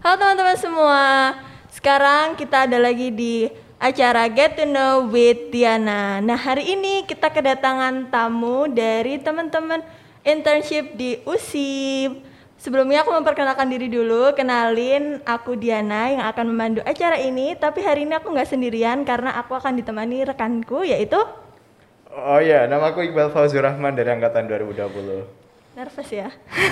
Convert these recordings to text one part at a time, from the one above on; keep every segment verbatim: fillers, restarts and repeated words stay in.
Halo teman-teman semua. Sekarang kita ada lagi di acara Get to Know with Diana. Nah, hari ini kita kedatangan tamu dari teman-teman internship di U S I P. Sebelumnya aku memperkenalkan diri dulu. Kenalin, aku Diana yang akan memandu acara ini. Tapi hari ini aku nggak sendirian karena aku akan ditemani rekanku, yaitu Oh iya, nama aku Iqbal Fauzur Rahman dari angkatan dua ribu dua puluh. nervous ya?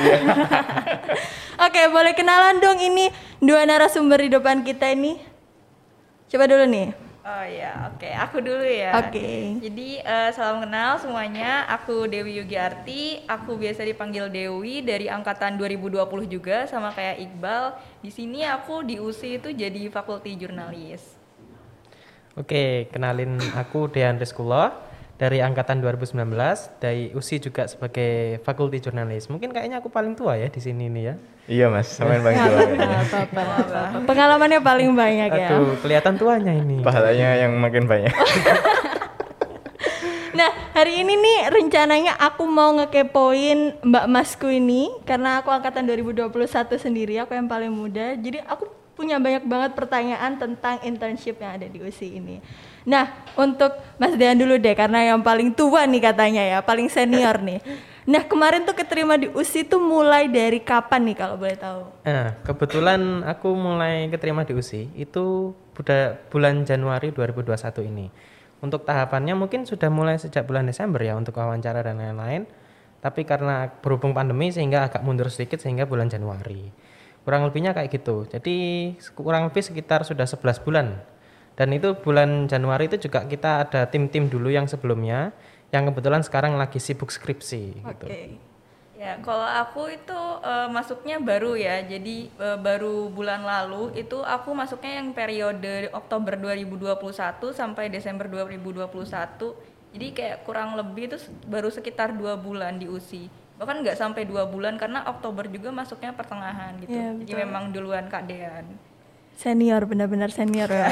Oke, boleh kenalan dong ini dua narasumber di depan kita ini. Coba dulu nih. Oh iya, oke. Aku dulu ya. Oke. Jadi uh, salam kenal semuanya. Aku Dewi Yugiarti. Aku biasa dipanggil Dewi dari angkatan dua ribu dua puluh juga sama kayak Iqbal. Di sini aku di U S I itu jadi fakulti jurnalis. Oke, kenalin aku Dean Rizkullah dari angkatan dua ribu sembilan belas, dari U S I juga sebagai fakulti jurnalis. Mungkin kayaknya aku paling tua ya di sini nih ya. Iya mas, samain paling tua. Apa-apa. Pengalamannya paling banyak ya. Aduh, kelihatan tuanya ini. Pahalanya yang makin banyak. Nah, hari ini nih rencananya aku mau ngekepoin Mbak Masku ini karena aku angkatan dua ribu dua puluh satu sendiri, aku yang paling muda. Jadi aku punya banyak banget pertanyaan tentang internship yang ada di U S I ini. Nah, untuk Mas Dean dulu deh karena yang paling tua nih katanya ya, paling senior nih. Nah, kemarin tuh keterima di U S I tuh mulai dari kapan nih kalau boleh tahu? Nah, kebetulan aku mulai keterima di U S I itu udah bulan Januari dua ribu dua puluh satu ini. Untuk tahapannya mungkin sudah mulai sejak bulan Desember ya untuk wawancara dan lain-lain. Tapi karena berhubung pandemi sehingga agak mundur sedikit sehingga bulan Januari. Kurang lebihnya kayak gitu. Jadi kurang lebih sekitar sudah sebelas bulan. Dan itu bulan Januari itu juga kita ada tim-tim dulu yang sebelumnya yang kebetulan sekarang lagi sibuk skripsi gitu. Oke. Ya, kalau aku itu uh, masuknya baru ya. Jadi uh, baru bulan lalu itu aku masuknya yang periode Oktober dua ribu dua puluh satu sampai Desember dua ribu dua puluh satu. Jadi kayak kurang lebih itu baru sekitar dua bulan di U S I. Bahkan nggak sampai dua bulan karena Oktober juga masuknya pertengahan gitu. Ya, Jadi memang duluan Kak Dean. Senior, benar-benar senior ya.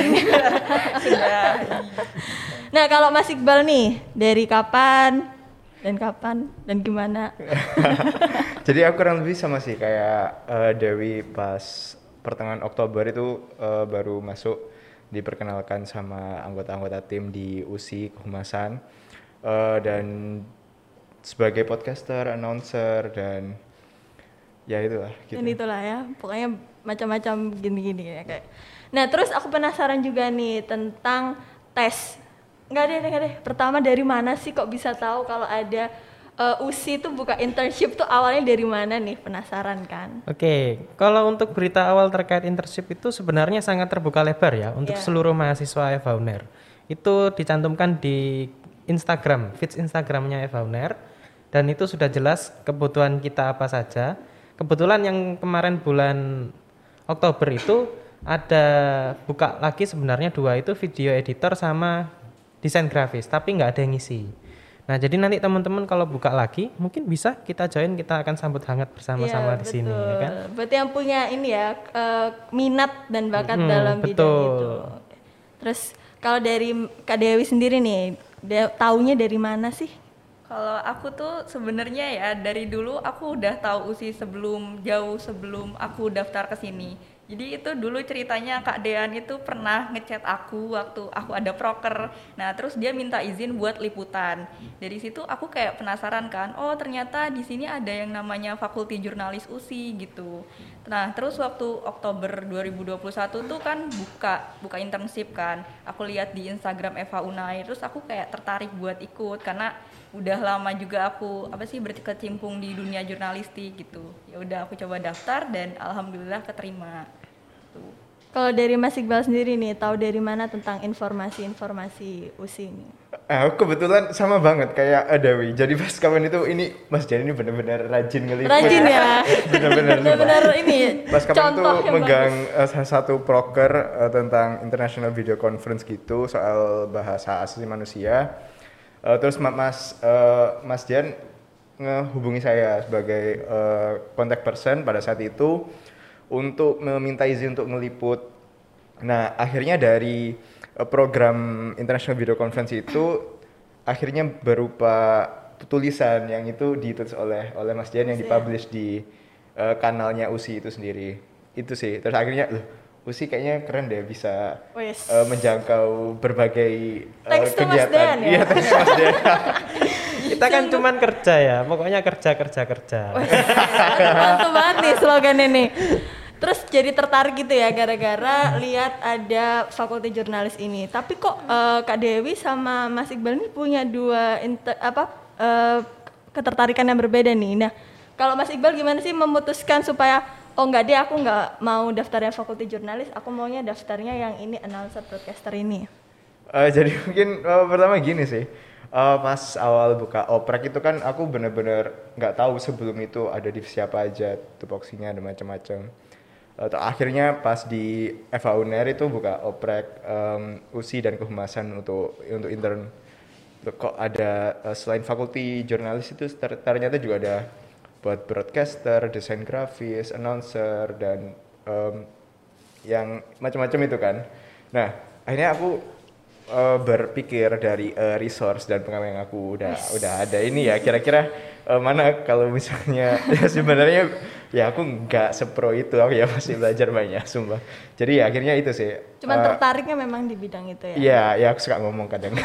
Sudah. Nah, kalau Mas Iqbal nih, dari kapan dan kapan dan gimana? Jadi aku kurang lebih sama sih kayak uh, Dewi pas pertengahan Oktober itu uh, baru masuk, diperkenalkan sama anggota-anggota tim di U S I Kehumasan uh, dan sebagai podcaster, announcer dan ya itulah gitu. Dan itulah ya, pokoknya macam-macam gini-gini ya kayak. Nah, terus aku penasaran juga nih tentang tes. Enggak deh, enggak deh. Pertama dari mana sih kok bisa tahu kalau ada uh, U S I itu buka internship tuh awalnya dari mana nih? Penasaran kan? Oke, kalau untuk berita awal terkait internship itu sebenarnya sangat terbuka lebar ya untuk Yeah. seluruh mahasiswa Eva U N E R. Itu dicantumkan di Instagram, feeds Instagramnya Eva U N E R dan itu sudah jelas kebutuhan kita apa saja. Kebetulan yang kemarin bulan Oktober itu ada buka lagi sebenarnya dua itu video editor sama desain grafis, tapi nggak ada yang ngisi. Nah, jadi nanti teman-teman kalau buka lagi mungkin bisa kita join, kita akan sambut hangat bersama-sama Iya, di sini ya kan. Berarti yang punya ini ya uh, minat dan bakat Hmm, dalam betul. bidang itu. Terus kalau dari Kak Dewi sendiri nih, de- taunya dari mana sih? Kalau aku tuh sebenarnya ya dari dulu aku udah tahu U S I sebelum jauh sebelum aku daftar ke sini. Jadi itu dulu ceritanya Kak Dean itu pernah ngechat aku waktu aku ada proker. Nah, terus dia minta izin buat liputan. Dari situ aku kayak penasaran kan, oh ternyata di sini ada yang namanya Fakulti Jurnalis U S I gitu. Nah, terus waktu Oktober dua ribu dua puluh satu tuh kan buka buka internship kan. Aku lihat di Instagram Eva U N A I, terus aku kayak tertarik buat ikut karena udah lama juga aku apa sih berkecimpung di dunia jurnalistik gitu. Ya udah aku coba daftar dan alhamdulillah keterima. Tuh. Kalau dari Mas Iqbal sendiri nih, tahu dari mana tentang informasi-informasi U S I ini? Eh, aku kebetulan sama banget kayak Dewi. Jadi pas kapan itu ini Mas Jan ini benar-benar rajin ngeliput. Rajin ya. Benar-benar. Benar-benar ini Pas kapan itu contoh yang megang bagus. uh, salah satu proker uh, tentang International Video Conference gitu soal bahasa asli manusia. Uh, terus ma- Mas uh, Mas Jan ngehubungi saya sebagai uh, contact person pada saat itu untuk meminta izin untuk ngeliput. Nah, akhirnya dari uh, program International Video Conference itu akhirnya berupa tulisan yang itu ditulis oleh oleh Mas Jan yang dipublish di uh, kanalnya U S I itu sendiri. itu sih. Terus akhirnya loh, U S I kayaknya keren deh bisa Wes. uh, menjangkau berbagai uh, Thanks to Mas kegiatan. Dean ya. Iya, thanks to Mas Dean. Kita kan cuman kerja ya, pokoknya kerja kerja kerja. Mantap banget nih slogan ini. Terus jadi tertarik gitu ya gara-gara lihat ada fakultas jurnalis ini. Tapi kok uh, Kak Dewi sama Mas Iqbal ini punya dua inter, apa uh, ketertarikan yang berbeda nih. Nah, kalau Mas Iqbal gimana sih memutuskan supaya oh enggak deh aku enggak mau daftarnya fakultas jurnalis, aku maunya daftarnya yang ini announcer broadcaster ini. Uh, jadi mungkin uh, pertama gini sih. Uh, pas awal buka oprek itu kan aku bener-bener nggak tahu sebelum itu ada divisi apa aja, tupoksinya ada macam-macam. Atau akhirnya pas di F H U N E R itu buka oprek um, U S I dan kehumasan untuk untuk intern. Loh, kok ada uh, selain fakulti jurnalis itu ter- ternyata juga ada buat broadcaster, desain grafis, announcer dan um, yang macam-macam itu kan. Nah akhirnya aku uh, berpikir dari uh, resource dan pengalaman yang aku udah yes. udah ada ini ya kira-kira uh, mana kalau misalnya ya sebenarnya ya aku nggak sepro itu, aku ya masih belajar banyak sumpah. Jadi ya akhirnya itu sih. Cuman uh, tertariknya memang di bidang itu ya. Iya, ya aku suka ngomong kadang.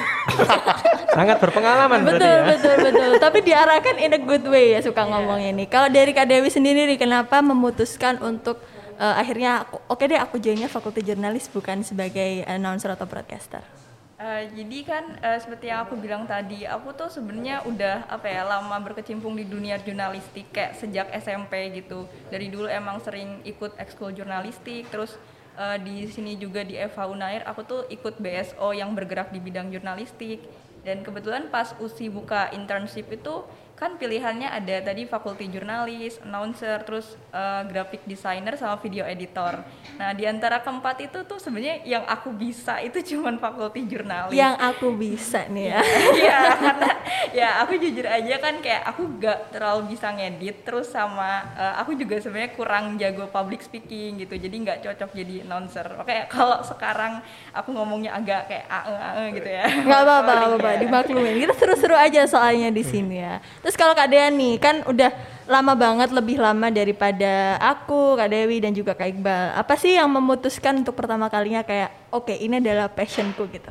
Sangat berpengalaman betul, berarti ya. Betul, betul, betul. Tapi diarahkan in a good way ya suka ngomong ini. Kalau dari Kak Dewi sendiri nih, kenapa memutuskan untuk uh, akhirnya oke okay deh aku joinnya fakultas jurnalis bukan sebagai announcer atau broadcaster? Uh, jadi kan uh, seperti yang aku bilang tadi, aku tuh sebenarnya udah apa ya lama berkecimpung di dunia jurnalistik kayak sejak S M P gitu. Dari dulu emang sering ikut ekskul jurnalistik, terus uh, di sini juga di F H U N E R aku tuh ikut B S O yang bergerak di bidang jurnalistik. Dan kebetulan pas U S I buka internship itu kan pilihannya ada tadi fakulti jurnalis, announcer, terus uh, graphic designer sama video editor. Nah di antara keempat itu tuh sebenarnya yang aku bisa itu cuman fakulti jurnalis. Yang aku bisa nih ya. Iya karena ya aku jujur aja kan kayak aku gak terlalu bisa ngedit, terus sama uh, aku juga sebenarnya kurang jago public speaking gitu, jadi nggak cocok jadi announcer. Oke kalau sekarang aku ngomongnya agak kayak ae ae gitu ya. Nggak apa-apa, nggak apa-apa, dimaklumin. Kita seru-seru aja soalnya di sini ya. Terus kalau Kak Dean nih, kan udah lama banget, lebih lama daripada aku, Kak Dewi dan juga Kak Iqbal. Apa sih yang memutuskan untuk pertama kalinya kayak, oke okay, ini adalah passionku gitu?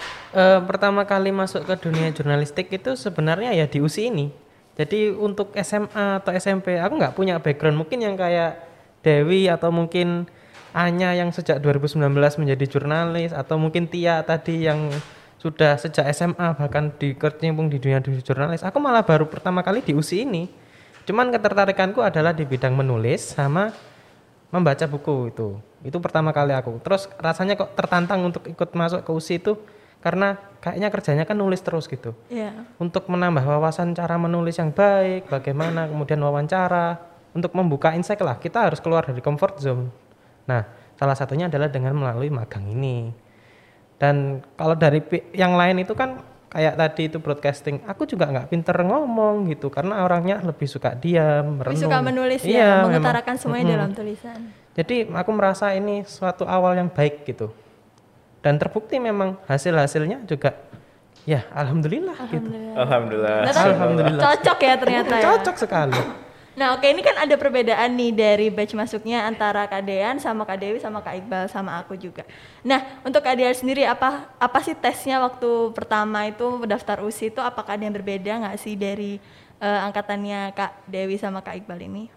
Uh, pertama kali masuk ke dunia jurnalistik itu sebenarnya ya di U S I ini. Jadi untuk S M A atau S M P aku nggak punya background mungkin yang kayak Dewi atau mungkin Anya yang sejak dua ribu sembilan belas menjadi jurnalis, atau mungkin Tia tadi yang sudah sejak S M A bahkan dikecimpung di dunia jurnalis. Aku malah baru pertama kali di U S I ini. Cuman ketertarikanku adalah di bidang menulis sama membaca buku itu. Itu pertama kali aku. Terus rasanya kok tertantang untuk ikut masuk ke U S I itu karena kayaknya kerjanya kan nulis terus gitu. Iya. Yeah. Untuk menambah wawasan cara menulis yang baik, bagaimana kemudian wawancara, untuk membuka insight lah. Kita harus keluar dari comfort zone. Nah, salah satunya adalah dengan melalui magang ini. Dan kalau dari yang lain itu kan kayak tadi itu broadcasting, aku juga nggak pinter ngomong gitu karena orangnya lebih suka diam, merenung. Lebih suka menulis iya, ya, mengutarakan memang. Semuanya mm-hmm. dalam tulisan. Jadi aku merasa ini suatu awal yang baik gitu. Dan terbukti memang hasil-hasilnya juga ya alhamdulillah, alhamdulillah. gitu. Alhamdulillah. Alhamdulillah. Cocok ya ternyata ya. Cocok sekali. Nah oke, ini kan ada perbedaan nih dari batch masuknya antara Kak Dean sama Kak Dewi sama Kak Iqbal sama aku juga. Nah untuk Kak Dean sendiri apa apa sih tesnya waktu pertama itu daftar U S I itu, apakah ada yang berbeda nggak sih dari uh, angkatannya Kak Dewi sama Kak Iqbal ini?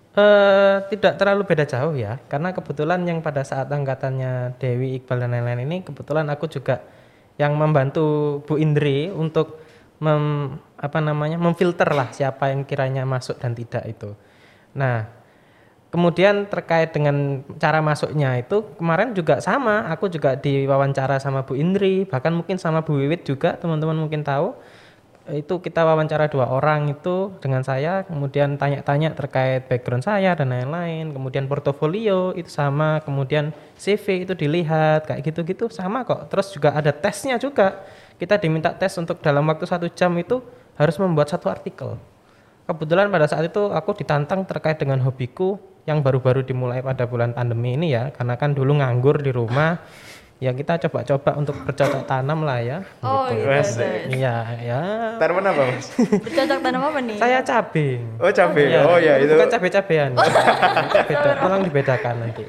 Uh, tidak terlalu beda jauh ya, karena kebetulan yang pada saat angkatannya Dewi, Iqbal dan lain-lain ini kebetulan aku juga yang membantu Bu Indri untuk Mem, apa namanya memfilter lah siapa yang kiranya masuk dan tidak itu. Nah, kemudian terkait dengan cara masuknya itu kemarin juga sama, aku juga diwawancara sama Bu Indri, bahkan mungkin sama Bu Wiwit juga, teman-teman mungkin tahu. Itu kita wawancara dua orang itu dengan saya, kemudian tanya-tanya terkait background saya dan lain-lain, kemudian portofolio itu sama, kemudian C V itu dilihat kayak gitu-gitu sama kok. Terus juga ada tesnya juga. Kita diminta tes untuk dalam waktu satu jam itu harus membuat satu artikel. Kebetulan pada saat itu aku ditantang terkait dengan hobiku yang baru-baru dimulai pada bulan pandemi ini ya, karena kan dulu nganggur di rumah. ya kita coba-coba untuk bercocok tanam lah ya. Oh gitu. Wes. guys. Iya, ya. Tanaman apa Mas? Bercocok tanam apa nih? Saya cabe. Oh cabe. Iya, Oh ya itu. Bukan cabe-cabean. Beda, tolong dibedakan nanti.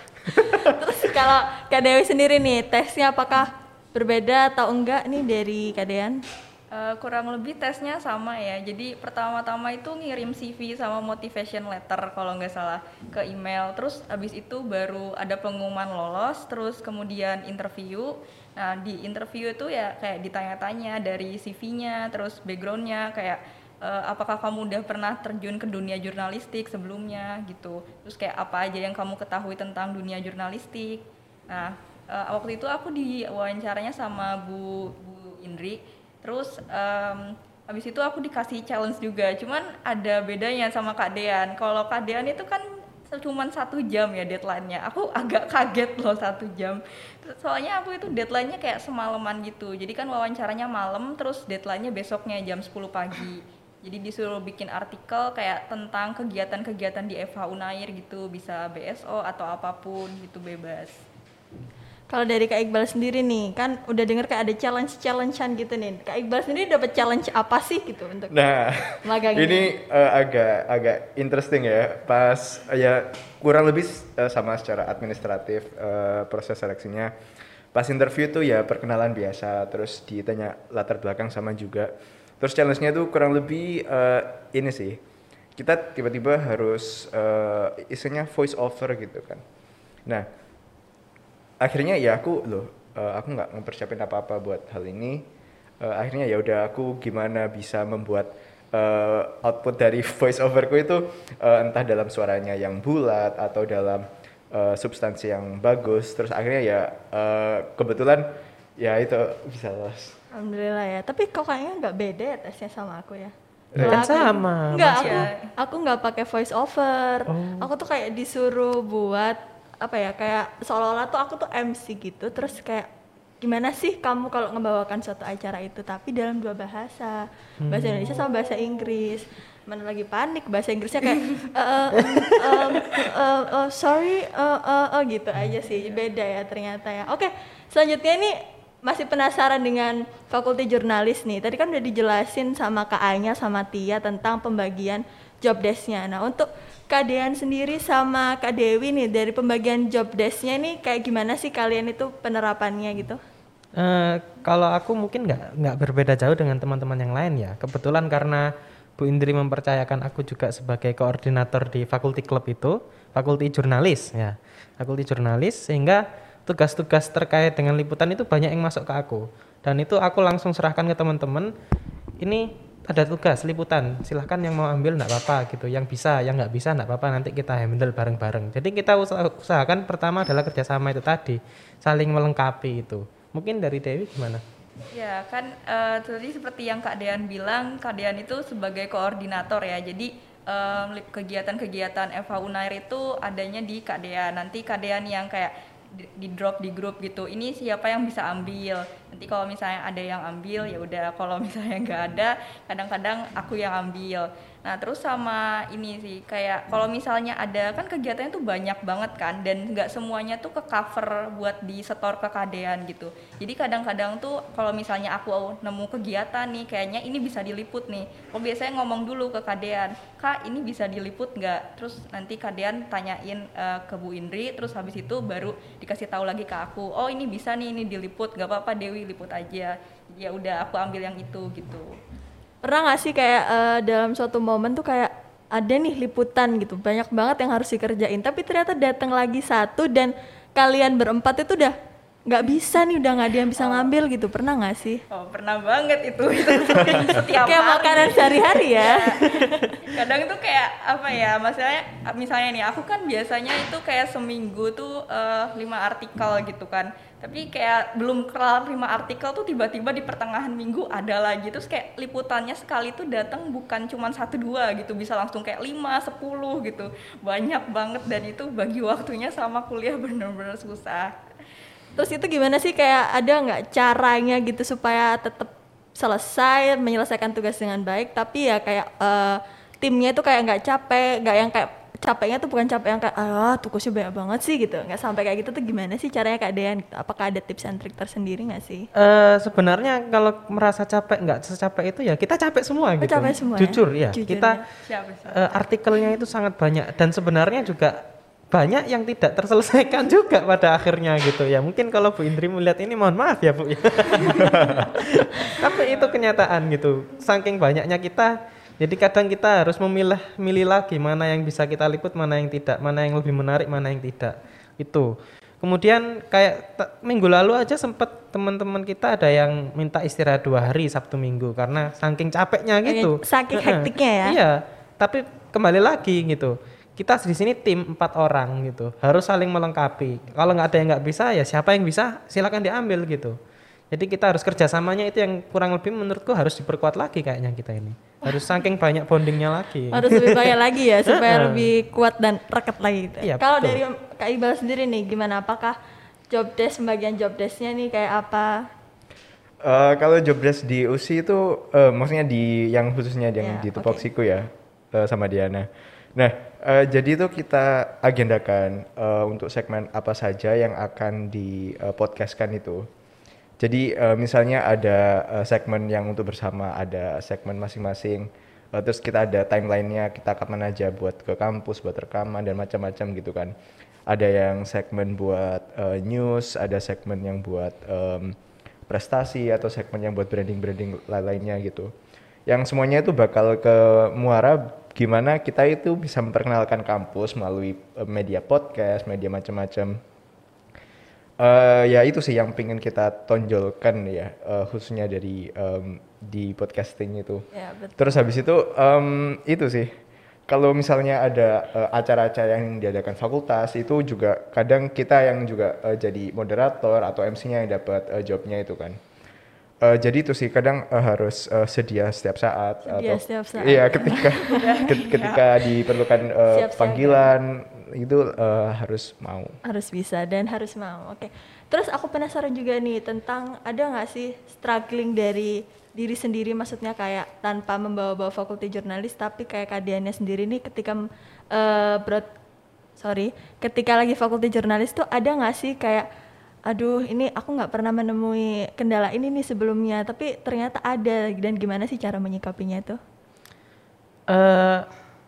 Terus kalau Kak Dewi sendiri nih, tesnya apakah berbeda atau enggak nih dari Kak Dean? Eh, kurang lebih tesnya sama ya. Jadi pertama-tama itu ngirim C V sama motivation letter kalau nggak salah ke email. Terus abis itu baru ada pengumuman lolos. Terus kemudian interview. Nah di interview itu ya kayak ditanya-tanya dari C V-nya, terus background-nya kayak eh, apakah kamu udah pernah terjun ke dunia jurnalistik sebelumnya gitu. Terus kayak apa aja yang kamu ketahui tentang dunia jurnalistik. Nah eh, waktu itu aku diwawancaranya sama Bu Bu Indri. Terus um, habis itu aku dikasih challenge juga, cuman ada bedanya sama Kak Dean. Kalau Kak Dean itu kan cuma satu jam ya deadline-nya. Aku agak kaget loh satu jam. Soalnya aku itu deadline-nya kayak semalaman gitu. Jadi kan wawancaranya malam, terus deadline-nya besoknya jam sepuluh pagi. Jadi disuruh bikin artikel kayak tentang kegiatan-kegiatan di F H Unair gitu, bisa B S O atau apapun gitu bebas. Kalau dari Kak Iqbal sendiri nih, kan udah denger kayak ada challenge-challengean gitu nih. Kak Iqbal sendiri dapat challenge apa sih gitu untuk Nah, magang ini uh, agak agak interesting ya. Pas uh, ya kurang lebih uh, sama secara administratif uh, proses seleksinya. Pas interview tuh ya perkenalan biasa, terus ditanya latar belakang sama juga. Terus challenge-nya tuh kurang lebih uh, ini sih. Kita tiba-tiba harus uh, isinya voice over gitu kan. Nah, akhirnya ya aku loh uh, aku nggak mempersiapin apa-apa buat hal ini. Uh, akhirnya ya udah aku gimana bisa membuat uh, output dari voice overku itu uh, entah dalam suaranya yang bulat atau dalam uh, substansi yang bagus. Terus akhirnya ya uh, kebetulan ya itu bisa lolos. Alhamdulillah ya. Tapi kok kayaknya nggak beda ya tesnya sama aku ya. Kan Kalau aku- sama, Enggak, Mas, aku ya. aku nggak pakai voice over. Oh. Aku tuh kayak disuruh buat apa ya, kayak seolah-olah tuh aku tuh M C gitu. Terus kayak gimana sih kamu kalau ngebawakan suatu acara itu tapi dalam dua bahasa, bahasa Indonesia sama bahasa Inggris. Mana lagi panik bahasa Inggrisnya kayak eh, eh, em, eh, eh, sorry eh, eh, eh, gitu aja sih. Beda ya ternyata ya. Oke, selanjutnya ini masih penasaran dengan Fakulti Jurnalis nih. Tadi kan udah dijelasin sama Kak Anya sama Tia tentang pembagian job desk-nya. Nah, untuk Kak Dean sendiri sama Kak Dewi nih dari pembagian job desk-nya nih kayak gimana sih kalian itu penerapannya gitu? Eh, kalau aku mungkin nggak nggak berbeda jauh dengan teman-teman yang lain ya. Kebetulan karena Bu Indri mempercayakan aku juga sebagai koordinator di fakulti klub itu, fakulti jurnalis ya, fakulti jurnalis, sehingga tugas-tugas terkait dengan liputan itu banyak yang masuk ke aku. Dan itu aku langsung serahkan ke teman-teman. Ini ada tugas liputan, silahkan yang mau ambil nggak apa-apa gitu, yang bisa, yang nggak bisa nggak apa-apa, nanti kita handle bareng-bareng. Jadi kita usaha- usahakan pertama adalah kerjasama itu tadi, saling melengkapi itu. Mungkin dari Dewi gimana? Ya kan eh, tadi seperti yang Kak Dean bilang, Kak Dean itu sebagai koordinator ya. Jadi em, lip- kegiatan-kegiatan F H Unair itu adanya di Kak Dean. Nanti Kak Dean yang kayak di, di drop di grup gitu. Ini siapa yang bisa ambil? Nanti kalau misalnya ada yang ambil ya udah. Kalau misalnya nggak ada, kadang-kadang aku yang ambil. Nah terus sama ini sih kayak kalau misalnya ada kan kegiatannya tuh banyak banget kan dan nggak semuanya tuh ke cover buat di setor ke kadean gitu. Jadi kadang-kadang tuh kalau misalnya aku nemu kegiatan nih kayaknya ini bisa diliput nih. Aku biasanya ngomong dulu ke kadean, Kak ini bisa diliput nggak? Terus nanti kadean tanyain uh, ke Bu Indri, terus habis itu baru dikasih tahu lagi ke aku. Oh ini bisa nih ini diliput, nggak apa-apa Dewi liput aja. Ya udah aku ambil yang itu gitu. Pernah nggak sih kayak eh, dalam suatu momen tuh kayak ada nih liputan gitu, banyak banget yang harus dikerjain, tapi ternyata datang lagi satu dan kalian berempat itu udah nggak bisa nih, udah nggak ada yang bisa ngambil gitu, pernah nggak sih? Oh pernah banget itu, itu setiap Kayak hari. makanan sehari-hari ya. Kadang tuh kayak apa ya, maksudnya misalnya nih aku kan biasanya itu kayak seminggu tuh eh, lima artikel gitu kan, tapi kayak belum kelar lima artikel tuh tiba-tiba di pertengahan minggu ada lagi, terus kayak liputannya sekali tuh datang bukan cuma satu dua gitu, bisa langsung kayak lima sepuluh gitu, banyak banget, dan itu bagi waktunya sama kuliah bener-bener susah. Terus itu gimana sih, kayak ada nggak caranya gitu supaya tetap selesai menyelesaikan tugas dengan baik, tapi ya kayak eh, timnya itu kayak nggak capek, nggak yang kayak capeknya tuh bukan capek yang kayak ah tugasnya banyak banget sih gitu, nggak sampai kayak gitu tuh gimana sih caranya Kak Dean gitu? Apakah ada tips and trik tersendiri nggak sih? Eh, sebenarnya kalau merasa capek nggak secapek itu ya kita capek semua Oh, gitu. capek semua ya? Jujur ya, Jujur kita ya. Siapa sih? eh, artikelnya itu sangat banyak dan sebenarnya juga banyak yang tidak terselesaikan juga pada akhirnya gitu ya. Mungkin kalau Bu Indri melihat ini mohon maaf ya Bu. Tapi itu kenyataan gitu. Saking banyaknya kita, jadi kadang kita harus memilah milih lagi mana yang bisa kita liput, mana yang tidak, mana yang lebih menarik, mana yang tidak. Itu. Kemudian kayak t- minggu lalu aja sempat teman-teman kita ada yang minta istirahat dua hari Sabtu Minggu karena saking capeknya gitu. Saking Heeh. hektiknya ya. Iya, tapi kembali lagi gitu. Kita di sini tim empat orang gitu, harus saling melengkapi. Kalau nggak ada yang nggak bisa, ya siapa yang bisa silakan diambil gitu. Jadi kita harus kerjasamanya itu yang kurang lebih menurutku harus diperkuat lagi kayaknya kita ini. Harus saking banyak bondingnya lagi. Harus lebih banyak lagi ya supaya Heeh. lebih kuat dan rekat lagi gitu. Iya, Kalau betul. dari Kak Iqbal sendiri nih gimana? Apakah job desk, pembagian job desk-nya nih kayak apa? Eh, kalau job desk di U S I itu eh, maksudnya di yang khususnya yang Ya, di oke. tupoksiku ya eh, sama Diana. Nah, eh, jadi itu kita agendakan eh, untuk segmen apa saja yang akan di eh, podcastkan itu. Jadi eh, misalnya ada eh, segmen yang untuk bersama, ada segmen masing-masing. Eh, terus kita ada timelinenya, kita kapan aja buat ke kampus, buat rekaman dan macam-macam gitu kan. Ada yang segmen buat eh, news, ada segmen yang buat em, prestasi atau segmen yang buat branding-branding lain-lainnya gitu. Yang semuanya itu bakal ke muara gimana kita itu bisa memperkenalkan kampus melalui eh, media podcast, media macam-macam. Eh ya itu sih yang pengen kita tonjolkan ya, eh, khususnya dari em, di podcasting itu. Ya, betul. Terus habis itu em, itu sih, kalau misalnya ada eh, acara-acara yang diadakan fakultas itu juga kadang kita yang juga eh, jadi moderator atau M C-nya yang dapat eh, jobnya itu kan. Eh, jadi itu sih kadang eh, harus eh, sedia setiap saat Sedia atau setiap saat, iya ya. ketika ket- ketika diperlukan eh, Siap-siaga. panggilan itu eh, harus mau. Harus bisa dan harus mau. Oke. Terus aku penasaran juga nih tentang ada nggak sih struggling dari diri sendiri, maksudnya kayak tanpa membawa-bawa fakulti jurnalis tapi kayak keadaannya sendiri nih ketika eh broad sorry ketika lagi fakulti jurnalis tuh ada nggak sih kayak aduh ini aku nggak pernah menemui kendala ini nih sebelumnya tapi ternyata ada, dan gimana sih cara menyikapinya itu? Eh,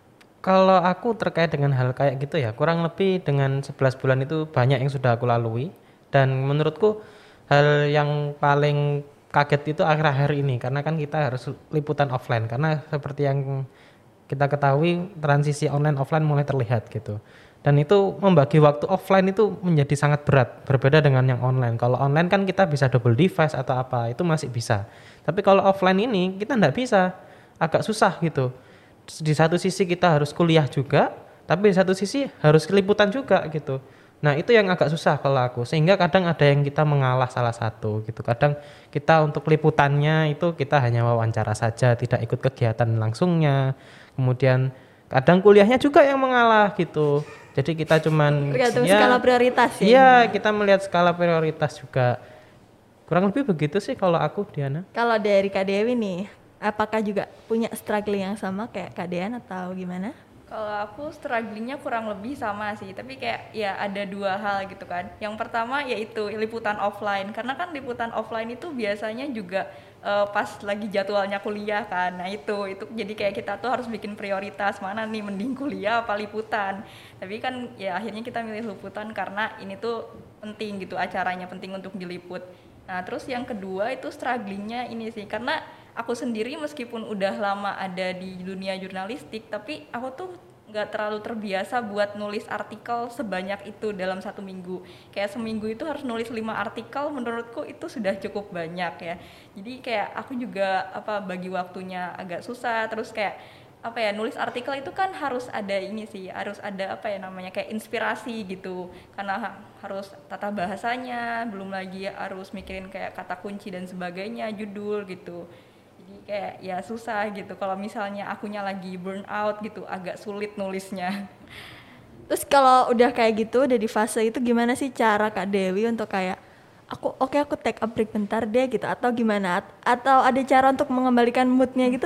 kalau aku terkait dengan hal kayak gitu ya, kurang lebih dengan sebelas bulan itu banyak yang sudah aku lalui dan menurutku hal yang paling kaget itu akhir-akhir ini karena kan kita harus liputan offline karena seperti yang kita ketahui transisi online offline mulai terlihat gitu. Dan itu membagi waktu offline itu menjadi sangat berat, berbeda dengan yang online. Kalau online kan kita bisa double device atau apa, itu masih bisa. Tapi kalau offline ini kita nggak bisa, agak susah gitu. Di satu sisi kita harus kuliah juga, tapi di satu sisi harus liputan juga gitu. Nah itu yang agak susah kalau aku, sehingga kadang ada yang kita mengalah salah satu gitu. Kadang kita untuk liputannya itu kita hanya wawancara saja, tidak ikut kegiatan langsungnya. Kemudian kadang kuliahnya juga yang mengalah gitu. Jadi kita cuman Tergantung ya, skala prioritas ya. Iya, kita melihat skala prioritas juga. Kurang lebih begitu sih kalau aku, Diana. Kalau dari Kak Dewi nih, apakah juga punya struggling yang sama kayak Kak Dean atau gimana? Kalau aku strugglingnya kurang lebih sama sih, tapi kayak ya ada dua hal gitu kan. Yang pertama yaitu liputan offline, karena kan liputan offline itu biasanya juga uh, pas lagi jadwalnya kuliah kan. Nah itu, itu jadi kayak kita tuh harus bikin prioritas mana nih mending kuliah apa liputan. Tapi kan ya akhirnya kita milih liputan karena ini tuh penting gitu, acaranya penting untuk diliput. Nah terus yang kedua itu strugglingnya ini sih, karena aku sendiri meskipun udah lama ada di dunia jurnalistik, tapi aku tuh nggak terlalu terbiasa buat nulis artikel sebanyak itu dalam satu minggu. Kayak seminggu itu harus nulis lima artikel, menurutku itu sudah cukup banyak ya. Jadi kayak aku juga apa bagi waktunya agak susah, terus kayak apa ya, nulis artikel itu kan harus ada ini sih, harus ada apa ya namanya kayak inspirasi gitu, karena ha- harus tata bahasanya, belum lagi harus mikirin kayak kata kunci dan sebagainya, judul gitu. Jadi kayak ya susah gitu kalau misalnya akunya lagi burn out gitu, agak sulit nulisnya. Terus kalau udah kayak gitu, udah di fase itu gimana sih cara Kak Dewi untuk kayak aku oke aku take a break bentar deh gitu atau gimana? At- atau ada cara untuk mengembalikan moodnya gitu?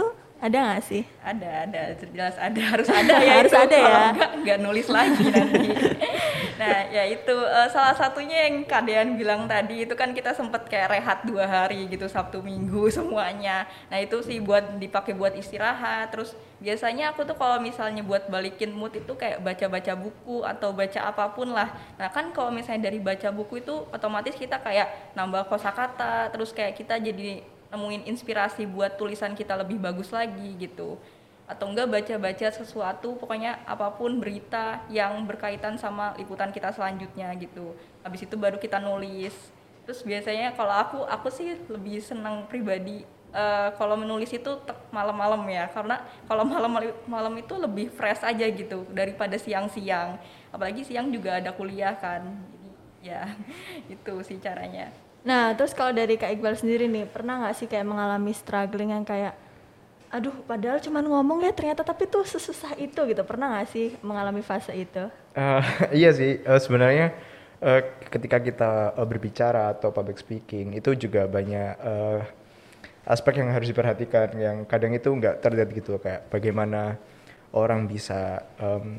Ada nggak sih? Ada, ada, jelas ada, harus ada ya. Harus itu. ada ya. Kalau enggak, enggak nulis lagi nanti. Nah, ya itu uh, salah satunya yang Kak Dean bilang tadi, itu kan kita sempet kayak rehat dua hari gitu, Sabtu Minggu semuanya. Nah itu sih buat dipakai buat istirahat. Terus biasanya aku tuh kalau misalnya buat balikin mood itu kayak baca-baca buku atau baca apapun lah. Nah kan kalau misalnya dari baca buku itu otomatis kita kayak nambah kosakata, terus kayak kita jadi nemuin inspirasi buat tulisan kita lebih bagus lagi gitu. Atau enggak baca-baca sesuatu, pokoknya apapun berita yang berkaitan sama liputan kita selanjutnya gitu. Habis itu baru kita nulis. Terus biasanya kalau aku aku sih lebih senang pribadi uh, kalau menulis itu malam-malam ya, karena kalau malam-malam itu lebih fresh aja gitu daripada siang-siang. Apalagi siang juga ada kuliah kan. Jadi ya itu sih caranya. Nah, terus kalau dari Kak Iqbal sendiri nih, pernah nggak sih kayak mengalami struggling yang kayak, aduh padahal cuma ngomong ya ternyata tapi tuh sesusah itu gitu, pernah nggak sih mengalami fase itu? Uh, iya sih, uh, sebenarnya uh, ketika kita uh, berbicara atau public speaking itu juga banyak uh, aspek yang harus diperhatikan, yang kadang itu nggak terlihat gitu, kayak bagaimana orang bisa um,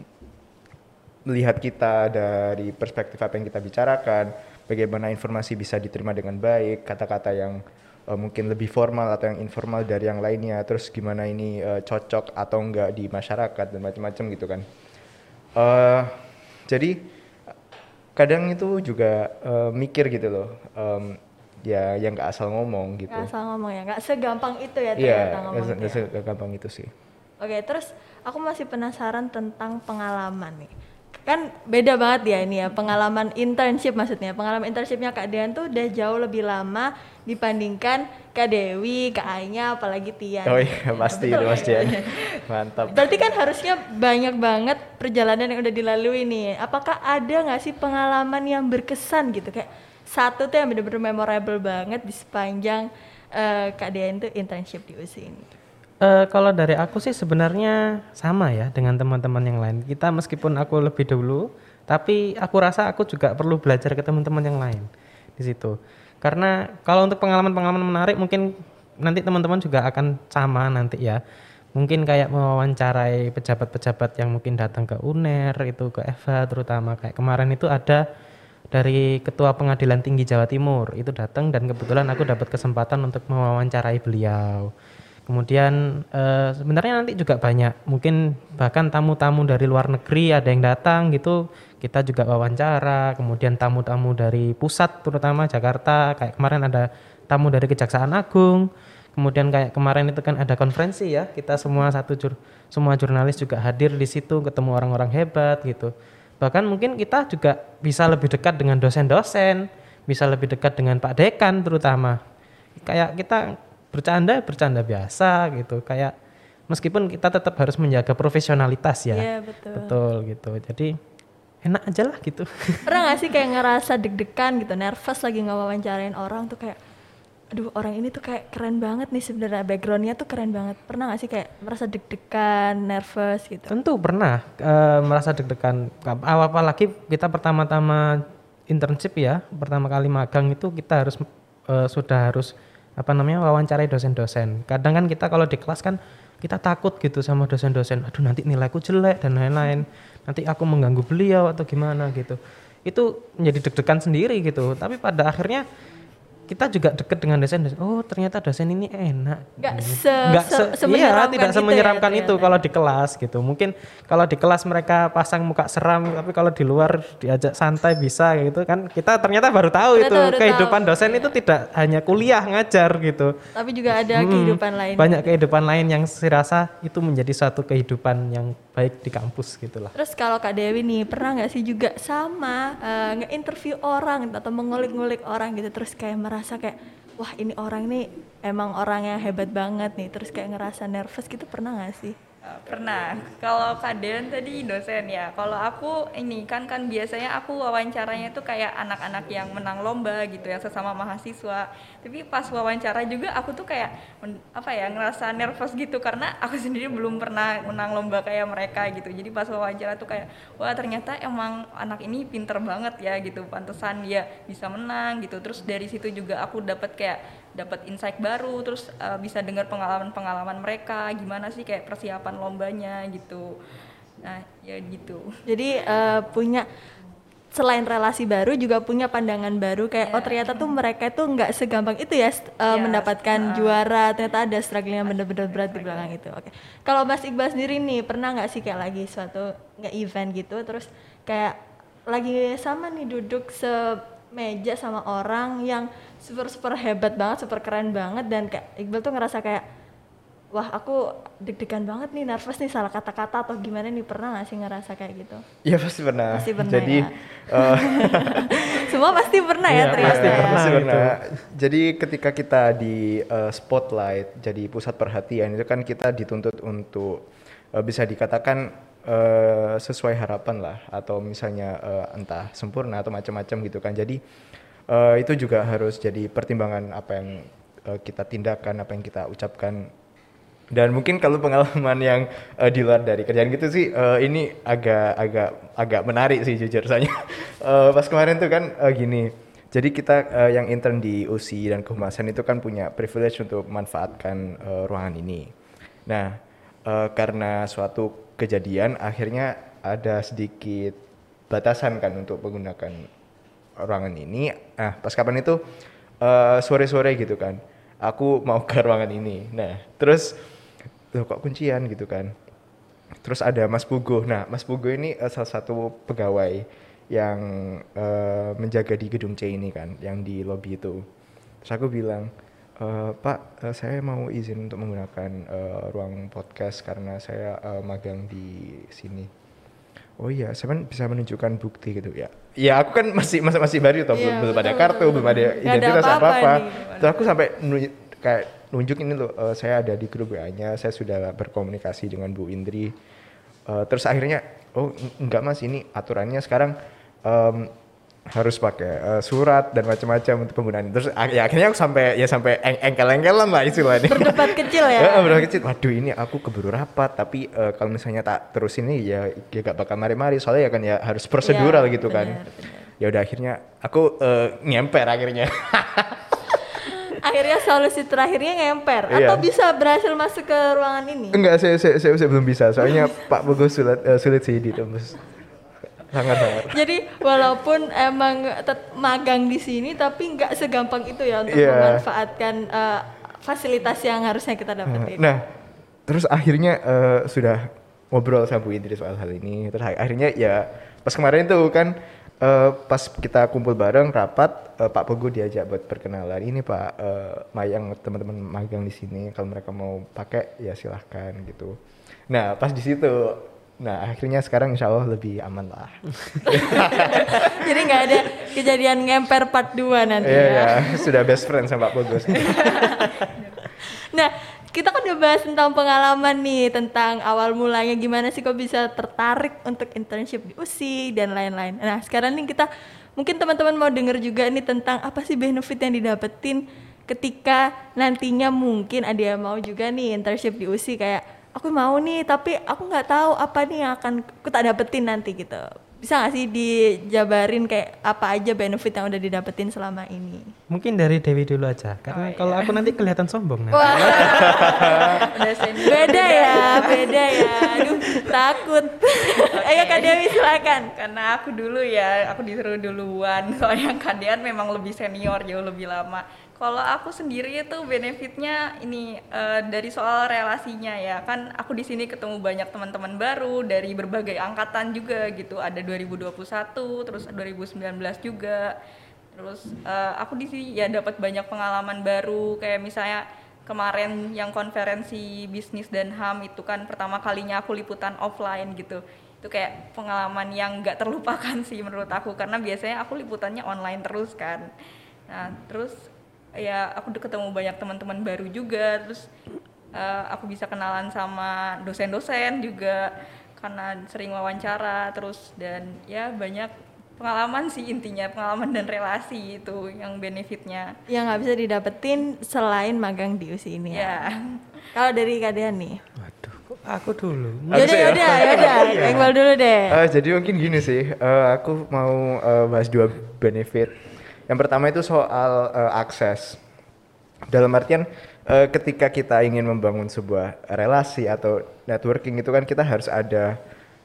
melihat kita dari perspektif apa yang kita bicarakan, bagaimana informasi bisa diterima dengan baik, kata-kata yang uh, mungkin lebih formal atau yang informal dari yang lainnya, terus gimana ini uh, cocok atau enggak di masyarakat dan macam-macam gitu kan. Uh, jadi kadang itu juga uh, mikir gitu loh, um, ya yang nggak asal ngomong gitu. Nggak asal ngomong ya, nggak segampang itu ya Iya, ternyata ngomong nggak itu ya. segampang itu sih. Oke, terus aku masih penasaran tentang pengalaman nih. Kan beda banget ya ini ya, pengalaman internship maksudnya. Pengalaman internshipnya Kak Dean tuh udah jauh lebih lama dibandingkan Kak Dewi, Kak Anya, apalagi Tian. Oh iya, pasti itu Mas Dian. Mantap. Berarti kan harusnya banyak banget perjalanan yang udah dilalui nih. Apakah ada nggak sih pengalaman yang berkesan gitu, kayak satu tuh yang bener-bener memorable banget di sepanjang uh, Kak Dean tuh internship di U S I ini? Uh, kalau dari aku sih sebenarnya sama ya dengan teman-teman yang lain. Kita meskipun aku lebih dulu, tapi aku rasa aku juga perlu belajar ke teman-teman yang lain di situ. Karena kalau untuk pengalaman-pengalaman menarik mungkin nanti teman-teman juga akan sama nanti ya. Mungkin kayak mewawancarai pejabat-pejabat yang mungkin datang ke U N E R, itu ke E V A terutama. Kayak kemarin itu ada dari Ketua Pengadilan Tinggi Jawa Timur itu datang, dan kebetulan aku dapat kesempatan untuk mewawancarai beliau. Kemudian e, sebenarnya nanti juga banyak, mungkin bahkan tamu-tamu dari luar negeri ada yang datang gitu, kita juga wawancara. Kemudian tamu-tamu dari pusat terutama Jakarta, kayak kemarin ada tamu dari Kejaksaan Agung. Kemudian kayak kemarin itu kan ada konferensi ya, kita semua satu jur, semua jurnalis juga hadir di situ, ketemu orang-orang hebat gitu. Bahkan mungkin kita juga bisa lebih dekat dengan dosen-dosen, bisa lebih dekat dengan Pak Dekan terutama. Kayak kita bercanda bercanda biasa gitu, kayak meskipun kita tetap harus menjaga profesionalitas ya. Iya betul. Betul gitu. Jadi enak aja lah gitu. Pernah nggak sih kayak ngerasa deg-degan gitu, nervous lagi ngewawancarain orang tuh kayak, aduh orang ini tuh kayak keren banget nih sebenarnya, backgroundnya tuh keren banget. Pernah nggak sih kayak merasa deg-degan, nervous gitu? Tentu pernah e, merasa deg-degan. Apalagi kita pertama-tama internship ya, pertama kali magang itu kita harus e, sudah harus apa namanya wawancarai dosen-dosen. Kadang kan kita kalau di kelas kan kita takut gitu sama dosen-dosen, aduh nanti nilaiku jelek dan lain-lain, nanti aku mengganggu beliau atau gimana gitu. Itu menjadi deg-degan sendiri gitu. Tapi pada akhirnya kita juga deket dengan dosen, oh ternyata dosen ini enak. Gak se, Nggak se, se iya, tidak semenyeramkan ya, itu kalau di kelas gitu. Mungkin kalau di kelas mereka pasang muka seram, tapi kalau di luar diajak santai bisa gitu kan. Kita ternyata baru tahu ternyata itu baru kehidupan tahu, dosen ya. Itu tidak hanya kuliah ngajar gitu. Tapi juga ada hmm, kehidupan lain. Banyak kehidupan lain yang saya rasa itu menjadi suatu kehidupan yang baik di kampus gitulah. Terus kalau Kak Dewi nih pernah nggak sih juga sama uh, nge-interview orang atau mengulik-ngulik orang gitu, terus kayak merasa kayak wah ini orang nih emang orang yang hebat banget nih, terus kayak ngerasa nervous gitu, pernah nggak sih? Uh, pernah. Kalau Kak Dean tadi dosen ya. Kalau aku ini kan kan biasanya aku wawancaranya tuh kayak anak-anak yang menang lomba gitu ya, sesama mahasiswa. Tapi pas wawancara juga aku tuh kayak men- apa ya ngerasa nervous gitu karena aku sendiri belum pernah menang lomba kayak mereka gitu. Jadi pas wawancara tuh kayak wah ternyata emang anak ini pinter banget ya gitu. Pantesan dia bisa menang gitu. Terus dari situ juga aku dapat kayak dapat insight baru, terus uh, bisa dengar pengalaman-pengalaman mereka gimana sih kayak persiapan lombanya gitu. Nah ya gitu. Jadi eh, punya selain relasi baru juga punya pandangan baru kayak Yeah. oh ternyata tuh mereka tuh nggak segampang itu ya st- eh, Yeah, mendapatkan uh, juara, ternyata ada struggle yang bener-bener berat di belakang itu. Oke. Kalau Mas Iqbal sendiri nih pernah nggak sih kayak lagi suatu nggak event gitu terus kayak lagi sama nih duduk semeja sama orang yang super super hebat banget, super keren banget dan kayak Iqbal tuh ngerasa kayak wah aku deg-degan banget nih, nervous nih salah kata-kata atau gimana nih, pernah nggak sih ngerasa kayak gitu? Iya pasti pernah. Pasti pernah Jadi ya. eh, Semua pasti pernah ya Iya, ternyata. pasti ya. pernah. pasti gitu. pernah. Jadi ketika kita di eh, spotlight, jadi pusat perhatian itu kan kita dituntut untuk eh, bisa dikatakan eh, sesuai harapan lah, atau misalnya eh, entah sempurna atau macam-macam gitu kan. Jadi eh, itu juga harus jadi pertimbangan apa yang eh, kita tindakan, apa yang kita ucapkan. Dan mungkin kalau pengalaman yang uh, di luar dari kerjaan gitu sih, uh, ini agak agak agak menarik sih jujur soalnya. Uh, pas kemarin tuh kan uh, gini, jadi kita uh, yang intern di U S I dan kehumasan itu kan punya privilege untuk memanfaatkan uh, ruangan ini. Nah, uh, karena suatu kejadian akhirnya ada sedikit batasan kan untuk menggunakan ruangan ini. Nah, pas kapan itu uh, sore-sore gitu kan, aku mau ke ruangan ini. Nah, terus loh kok kuncian gitu kan. Terus ada Mas Pugo. Nah, Mas Pugo ini uh, salah satu pegawai yang uh, menjaga di gedung C ini kan, yang di lobby itu. Terus aku bilang, e, Pak, uh, saya mau izin untuk menggunakan uh, ruang podcast karena saya uh, magang di sini. Oh iya, saya kan bisa menunjukkan bukti gitu ya. Ya aku kan masih masih, masih baru tuh, Iya, belum, belum ada betul, kartu, betul. belum ada Nggak ada identitas apa-apa apa-apa. nih. Terus aku sampai nu- kayak nunjuk ini loh, eh, saya ada di grup W A-nya, saya sudah berkomunikasi dengan Bu Indri. Eh, terus akhirnya, oh en- enggak Mas, ini aturannya sekarang em, harus pakai eh, surat dan macam-macam untuk penggunaan. Terus ak- ya akhirnya aku sampai ya sampai eng- engkel-engkelan lah istilahnya. Berdebat kecil ya. Ya, berdebat kecil. Waduh, ini aku keburu rapat, tapi eh, kalau misalnya tak terus ini ya ya gak bakal mari-mari, soalnya ya kan ya harus prosedural Iya, gitu kan. benar, benar. Ya udah akhirnya aku eh, ngemper akhirnya. Akhirnya solusi terakhirnya ngemper Iya. atau bisa berhasil masuk ke ruangan ini? Enggak, saya, saya, saya, saya belum bisa, soalnya Pak Pugo sulit, eh, sulit sih ditembus. Sangat-sangat. Jadi walaupun emang tet- magang di sini tapi nggak segampang itu ya untuk Iya. memanfaatkan eh, fasilitas yang harusnya kita dapetin. Nah, terus akhirnya eh, sudah ngobrol sama Bu Indri soal hal ini. Terus ak- akhirnya ya pas kemarin tuh kan eh, pas kita kumpul bareng rapat, eh, Pak Pugo diajak buat perkenalan. Ini Pak eh, Mayang, teman-teman magang di sini, kalau mereka mau pakai ya silahkan gitu. Nah, pas di situ, nah akhirnya sekarang insya Allah lebih aman lah. Jadi nggak ada kejadian ngemper part dua nanti Iya, ya. ya, sudah best friend sama Pak Pugo. Nah, kita kan udah bahas tentang pengalaman nih, tentang awal mulanya gimana sih kok bisa tertarik untuk internship di U S I dan lain-lain. Nah, sekarang nih kita mungkin teman-teman mau denger juga nih tentang apa sih benefit yang didapetin ketika nantinya mungkin ada yang mau juga nih internship di U S I, kayak aku mau nih tapi aku nggak tahu apa nih yang akan aku tak dapetin nanti gitu. Bisa nggak sih dijabarin kayak apa aja benefit yang udah didapetin selama ini? Mungkin dari Dewi dulu aja, karena iya. kalau aku nanti kelihatan sombong. Nah. Wah, Udah senior. beda ya, beda ya. Aduh, takut. Ayo Kak Dewi silakan. Karena aku dulu ya, aku disuruh duluan. Soalnya Kak Dean memang lebih senior, jauh lebih lama. Kalau aku sendiri itu benefitnya ini eh, dari soal relasinya ya. Kan aku di sini ketemu banyak teman-teman baru dari berbagai angkatan juga gitu. Ada dua ribu dua puluh satu, terus dua ribu sembilan belas juga. Terus eh, aku di sini ya dapat banyak pengalaman baru, kayak misalnya kemarin yang konferensi bisnis dan H A M itu kan pertama kalinya aku liputan offline gitu. Itu kayak pengalaman yang gak terlupakan sih menurut aku, karena biasanya aku liputannya online terus kan. Nah terus ya aku udah ketemu banyak teman-teman baru juga. Terus uh, aku bisa kenalan sama dosen-dosen juga karena sering wawancara terus, dan ya banyak pengalaman sih intinya, pengalaman dan relasi itu yang benefitnya. Yang nggak bisa didapetin selain magang di U S I ini ya. Ya. Kalau dari Kak Dean nih? Waduh, kok aku dulu. Yaudah, Aku sih ya. yaudah, yaudah. Iqbal dulu deh. Uh, jadi mungkin gini sih, uh, aku mau uh, bahas dua benefit. Yang pertama itu soal uh, akses. Dalam artian uh, ketika kita ingin membangun sebuah relasi atau networking itu kan kita harus ada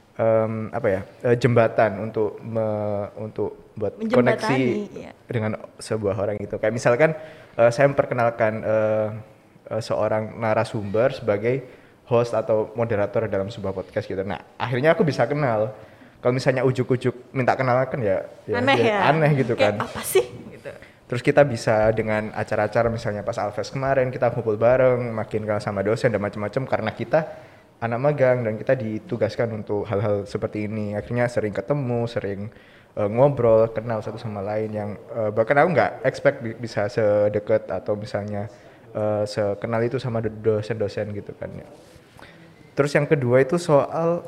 um, apa ya uh, jembatan untuk me, untuk buat koneksi iya. dengan sebuah orang itu. Kayak misalkan uh, saya memperkenalkan uh, uh, seorang narasumber sebagai host atau moderator dalam sebuah podcast gitu. Nah, akhirnya aku bisa kenal. Kalau misalnya ujuk-ujuk minta kenalan kan ya, ya aneh ya, aneh gitu kayak kan. apa sih? Gitu. Terus kita bisa dengan acara-acara misalnya pas Alfest kemarin kita kumpul bareng, makin kenal sama dosen dan macam-macam karena kita anak magang dan kita ditugaskan untuk hal-hal seperti ini. Akhirnya sering ketemu, sering uh, ngobrol, kenal satu sama lain yang uh, bahkan aku nggak expect bi- bisa sedekat atau misalnya uh, sekenal itu sama dosen-dosen gitu kan ya. Terus yang kedua itu soal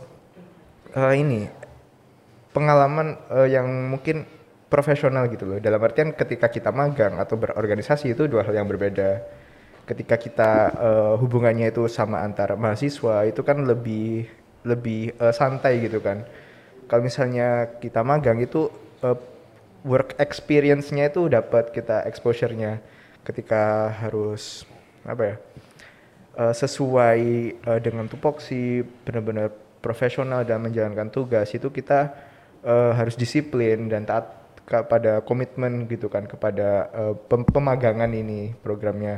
uh, ini pengalaman uh, yang mungkin profesional gitu loh. Dalam artian ketika kita magang atau berorganisasi itu dua hal yang berbeda. Ketika kita uh, hubungannya itu sama antara mahasiswa itu kan lebih lebih uh, santai gitu kan. Kalau misalnya kita magang itu uh, work experience-nya itu dapat kita exposure-nya ketika harus apa ya? Uh, sesuai uh, dengan tupoksi, benar-benar profesional dalam menjalankan tugas itu kita uh, harus disiplin dan taat kepada komitmen gitu kan kepada uh, pem- pemagangan ini programnya.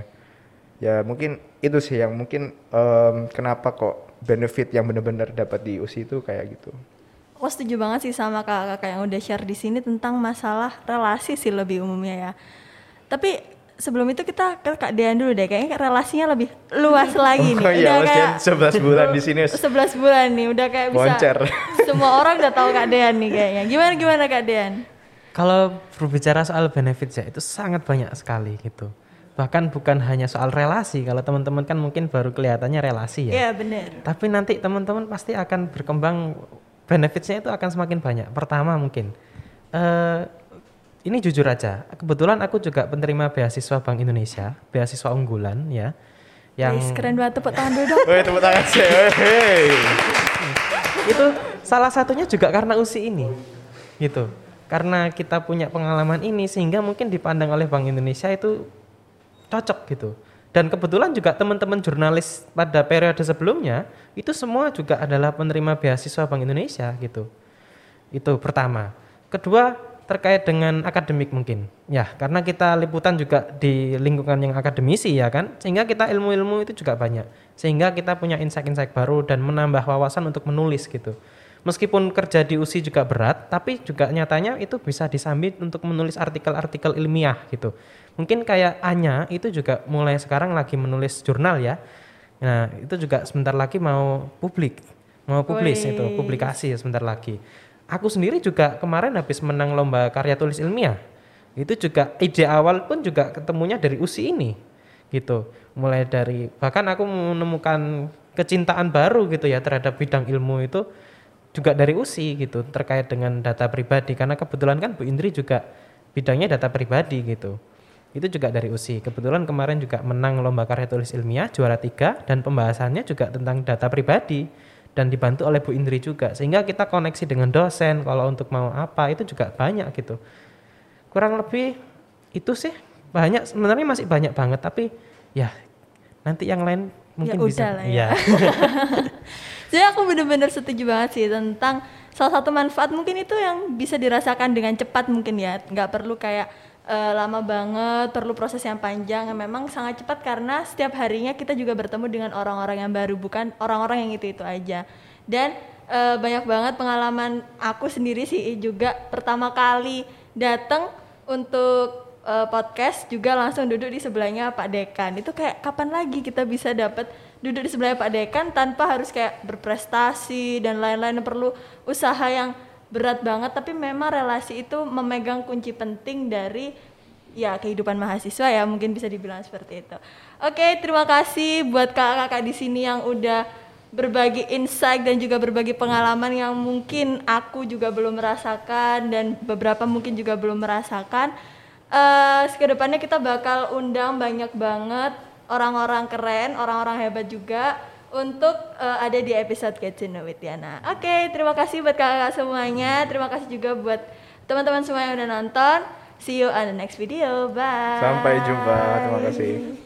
Ya mungkin itu sih yang mungkin um, kenapa kok benefit yang benar-benar dapat di U S I itu kayak gitu. Aku setuju banget sih sama kakak-kakak yang udah share di sini tentang masalah relasi sih lebih umumnya ya. Tapi sebelum itu kita ke Kak Dean dulu deh, kayaknya relasinya lebih luas lagi nih. Oh iya, Mas Dean sebelas bulan di sini. sebelas bulan nih, udah kayak bisa Moncer. semua orang udah tahu Kak Dean nih kayaknya. Gimana gimana Kak Dean? Kalau berbicara soal benefit ya itu sangat banyak sekali gitu. Bahkan bukan hanya soal relasi. Kalau teman-teman kan mungkin baru kelihatannya relasi ya. Iya benar. Tapi nanti teman-teman pasti akan berkembang, benefitnya itu akan semakin banyak. Pertama mungkin, uh, ini jujur aja, kebetulan aku juga penerima beasiswa Bank Indonesia, beasiswa unggulan ya. Guys, Yang keren banget, tepuk tangan dulu dong. Woi, tepuk tangan sih. Hey. Itu salah satunya juga karena U S I ini, gitu. Karena kita punya pengalaman ini sehingga mungkin dipandang oleh Bank Indonesia itu cocok gitu. Dan kebetulan juga teman-teman jurnalis pada periode sebelumnya itu semua juga adalah penerima beasiswa Bank Indonesia gitu. Itu pertama. Kedua, terkait dengan akademik mungkin. Ya, karena kita liputan juga di lingkungan yang akademisi ya kan, sehingga kita ilmu-ilmu itu juga banyak. Sehingga kita punya insight-insight baru dan menambah wawasan untuk menulis gitu. Meskipun kerja di U S I juga berat, tapi juga nyatanya itu bisa disambit untuk menulis artikel-artikel ilmiah gitu. Mungkin kayak Anya itu juga mulai sekarang lagi menulis jurnal ya. Nah, itu juga sebentar lagi mau publik, mau publis Wih. itu, publikasi ya sebentar lagi. Aku sendiri juga kemarin habis menang lomba karya tulis ilmiah. Itu juga ide awal pun juga ketemunya dari U S I ini. Gitu. Mulai dari bahkan aku menemukan kecintaan baru gitu ya terhadap bidang ilmu itu juga dari U S I gitu, terkait dengan data pribadi karena kebetulan kan Bu Indri juga bidangnya data pribadi gitu. Itu juga dari U S I. Kebetulan kemarin juga menang lomba karya tulis ilmiah juara tiga dan pembahasannya juga tentang data pribadi dan dibantu oleh Bu Indri juga, sehingga kita koneksi dengan dosen kalau untuk mau apa itu juga banyak gitu. Kurang lebih itu sih, banyak sebenarnya masih banyak banget, tapi ya nanti yang lain mungkin Ya bisa. udah lah ya. Jadi aku bener-bener setuju banget sih tentang salah satu manfaat mungkin itu yang bisa dirasakan dengan cepat mungkin ya, nggak perlu kayak uh, lama banget, perlu proses yang panjang, yang memang sangat cepat karena setiap harinya kita juga bertemu dengan orang-orang yang baru, bukan orang-orang yang itu-itu aja. Dan uh, banyak banget pengalaman aku sendiri sih juga pertama kali datang untuk uh, podcast juga langsung duduk di sebelahnya Pak Dekan. Itu kayak kapan lagi kita bisa dapat duduk di sebelahnya Pak Dekan tanpa harus kayak berprestasi dan lain-lain, perlu usaha yang berat banget, tapi memang relasi itu memegang kunci penting dari ya kehidupan mahasiswa ya, mungkin bisa dibilang seperti itu. Oke, terima kasih buat kakak-kakak di sini yang udah berbagi insight dan juga berbagi pengalaman yang mungkin aku juga belum merasakan dan beberapa mungkin juga belum merasakan. Uh, kedepannya kita bakal undang banyak banget orang-orang keren, orang-orang hebat juga untuk uh, ada di episode Get to Know with Yana. Oke, terima kasih buat kakak-kakak semuanya. Terima kasih juga buat teman-teman semua yang udah nonton. See you on the next video. Bye. Sampai jumpa. Terima kasih.